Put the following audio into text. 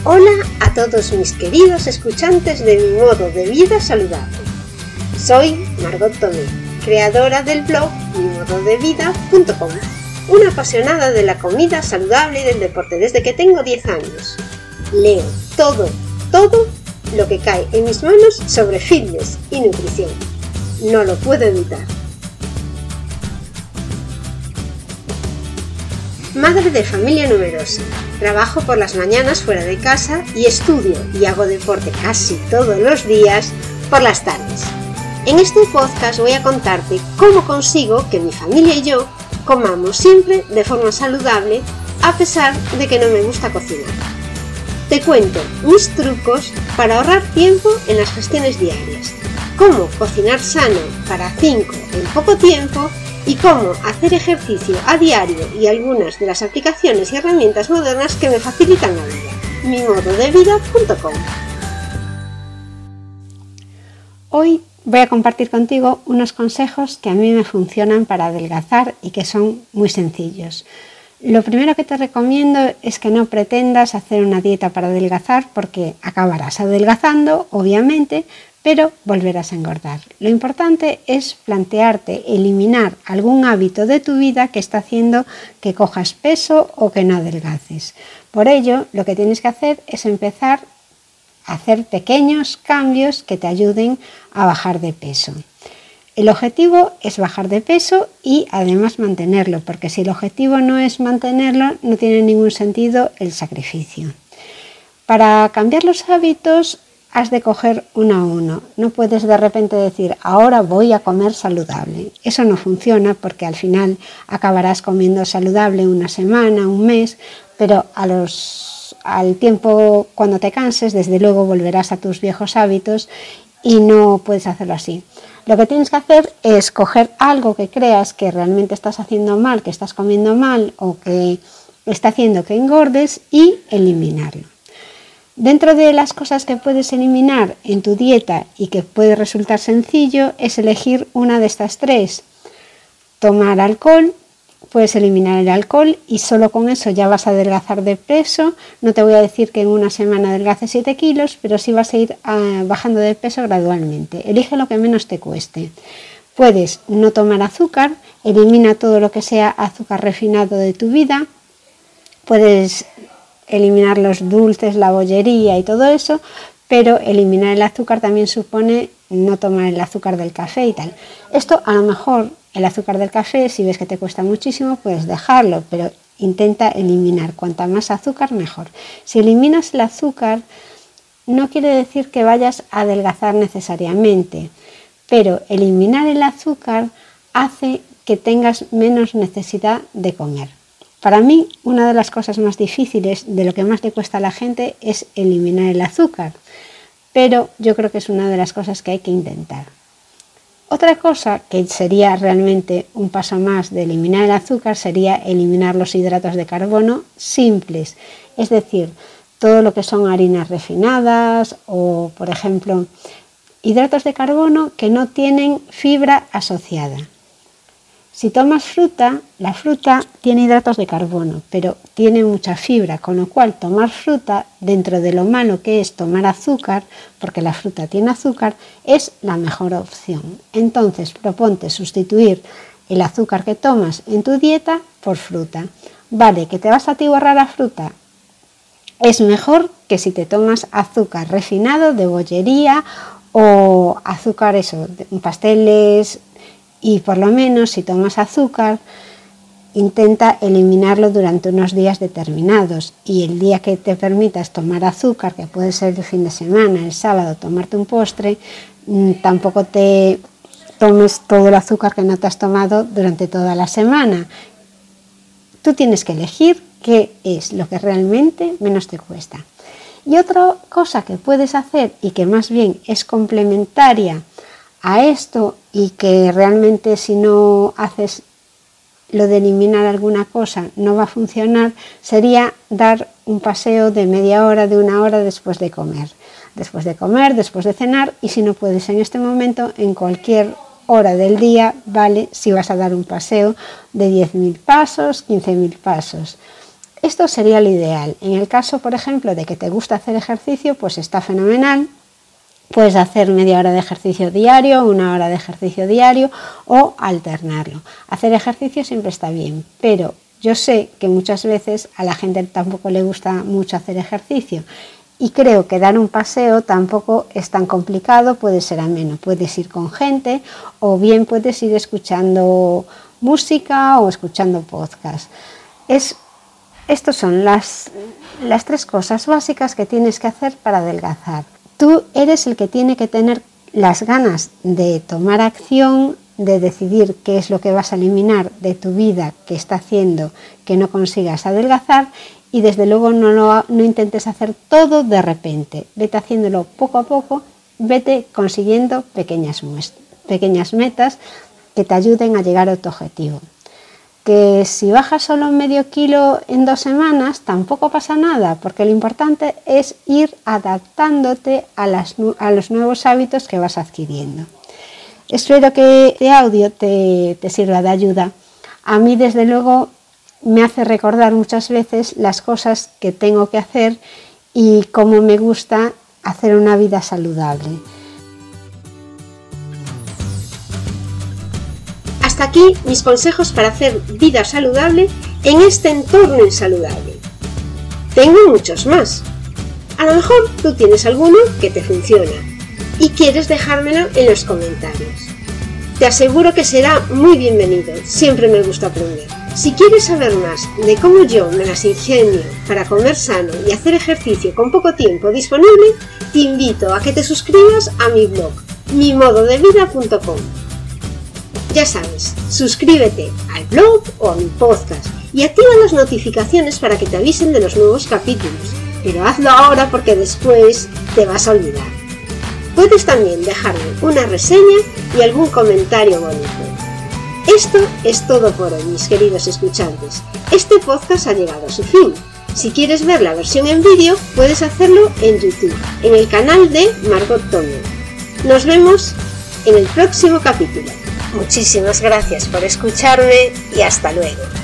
Hola a todos mis queridos escuchantes de Mi Modo de Vida Saludable. Soy Margot Tomé, creadora del blog mimododevida.com, una apasionada de la comida saludable y del deporte desde que tengo 10 años. Leo todo lo que cae en mis manos sobre fitness y nutrición. No lo puedo evitar. Madre de familia numerosa, trabajo por las mañanas fuera de casa y estudio y hago deporte casi todos los días por las tardes. En este podcast voy a contarte cómo consigo que mi familia y yo comamos siempre de forma saludable a pesar de que no me gusta cocinar. Te cuento mis trucos para ahorrar tiempo en las gestiones diarias, cómo cocinar sano para 5 en poco tiempo y cómo hacer ejercicio a diario y algunas de las aplicaciones y herramientas modernas que me facilitan la vida. mimododevida.com. Hoy voy a compartir contigo unos consejos que a mí me funcionan para adelgazar y que son muy sencillos. Lo primero que te recomiendo es que no pretendas hacer una dieta para adelgazar porque acabarás adelgazando, obviamente, pero volverás a engordar. Lo importante es plantearte eliminar algún hábito de tu vida que está haciendo que cojas peso o que no adelgaces. Por ello, lo que tienes que hacer es empezar a hacer pequeños cambios que te ayuden a bajar de peso. El objetivo es bajar de peso y además mantenerlo, porque si el objetivo no es mantenerlo, no tiene ningún sentido el sacrificio. Para cambiar los hábitos, has de coger uno a uno. No puedes de repente decir, ahora voy a comer saludable. Eso no funciona porque al final acabarás comiendo saludable una semana, un mes, pero al tiempo, cuando te canses, desde luego volverás a tus viejos hábitos y no puedes hacerlo así. Lo que tienes que hacer es coger algo que creas que realmente estás haciendo mal, que estás comiendo mal o que está haciendo que engordes y eliminarlo. Dentro de las cosas que puedes eliminar en tu dieta y que puede resultar sencillo es elegir una de estas tres. Tomar alcohol, puedes eliminar el alcohol y solo con eso ya vas a adelgazar de peso. No te voy a decir que en una semana adelgaces 7 kilos, pero sí vas a ir bajando de peso gradualmente. Elige lo que menos te cueste. Puedes no tomar azúcar, elimina todo lo que sea azúcar refinado de tu vida. Puedes eliminar los dulces, la bollería y todo eso, pero eliminar el azúcar también supone no tomar el azúcar del café y tal. Esto a lo mejor, el azúcar del café, si ves que te cuesta muchísimo, puedes dejarlo, pero intenta eliminar. Cuanta más azúcar, mejor. Si eliminas el azúcar, no quiere decir que vayas a adelgazar necesariamente, pero eliminar el azúcar hace que tengas menos necesidad de comer. Para mí, una de las cosas más difíciles, de lo que más le cuesta a la gente, es eliminar el azúcar, pero yo creo que es una de las cosas que hay que intentar. Otra cosa que sería realmente un paso más de eliminar el azúcar sería eliminar los hidratos de carbono simples, es decir, todo lo que son harinas refinadas o, por ejemplo, hidratos de carbono que no tienen fibra asociada. Si tomas fruta, la fruta tiene hidratos de carbono, pero tiene mucha fibra, con lo cual tomar fruta, dentro de lo malo que es tomar azúcar, porque la fruta tiene azúcar, es la mejor opción. Entonces, proponte sustituir el azúcar que tomas en tu dieta por fruta. Vale, que te vas a atiborrar a fruta, es mejor que si te tomas azúcar refinado de bollería o azúcar de pasteles. Y por lo menos si tomas azúcar, intenta eliminarlo durante unos días determinados. Y el día que te permitas tomar azúcar, que puede ser el fin de semana, el sábado, tomarte un postre, tampoco te tomes todo el azúcar que no te has tomado durante toda la semana. Tú tienes que elegir qué es lo que realmente menos te cuesta. Y otra cosa que puedes hacer y que más bien es complementaria a esto y que realmente si no haces lo de eliminar alguna cosa no va a funcionar, sería dar un paseo de media hora, de una hora después de comer, después de cenar y si no puedes en este momento, en cualquier hora del día, vale si vas a dar un paseo de 10.000 pasos, 15.000 pasos. Esto sería lo ideal. En el caso, por ejemplo, de que te gusta hacer ejercicio, pues está fenomenal. Puedes hacer media hora de ejercicio diario, 1 hora de ejercicio diario o alternarlo. Hacer ejercicio siempre está bien, pero yo sé que muchas veces a la gente tampoco le gusta mucho hacer ejercicio y creo que dar un paseo tampoco es tan complicado, puede ser ameno. Puedes ir con gente o bien puedes ir escuchando música o escuchando podcast. Estas son las 3 cosas básicas que tienes que hacer para adelgazar. Tú eres el que tiene que tener las ganas de tomar acción, de decidir qué es lo que vas a eliminar de tu vida que está haciendo que no consigas adelgazar y desde luego no intentes hacer todo de repente. Vete haciéndolo poco a poco, vete consiguiendo pequeñas metas que te ayuden a llegar a tu objetivo. Que si bajas solo medio kilo en 2 semanas tampoco pasa nada, porque lo importante es ir adaptándote a los nuevos hábitos que vas adquiriendo. Espero que este audio te sirva de ayuda. A mí, desde luego, me hace recordar muchas veces las cosas que tengo que hacer y cómo me gusta hacer una vida saludable. Hasta aquí mis consejos para hacer vida saludable en este entorno insaludable. Tengo muchos más. A lo mejor tú tienes alguno que te funciona y quieres dejármelo en los comentarios. Te aseguro que será muy bienvenido, siempre me gusta aprender. Si quieres saber más de cómo yo me las ingenio para comer sano y hacer ejercicio con poco tiempo disponible, te invito a que te suscribas a mi blog, mimododevida.com. Ya sabes, suscríbete al blog o a mi podcast y activa las notificaciones para que te avisen de los nuevos capítulos, pero hazlo ahora porque después te vas a olvidar. Puedes también dejarme una reseña y algún comentario bonito. Esto es todo por hoy, mis queridos escuchantes. Este podcast ha llegado a su fin. Si quieres ver la versión en vídeo, puedes hacerlo en YouTube, en el canal de Margot Toño. Nos vemos en el próximo capítulo. Muchísimas gracias por escucharme y hasta luego.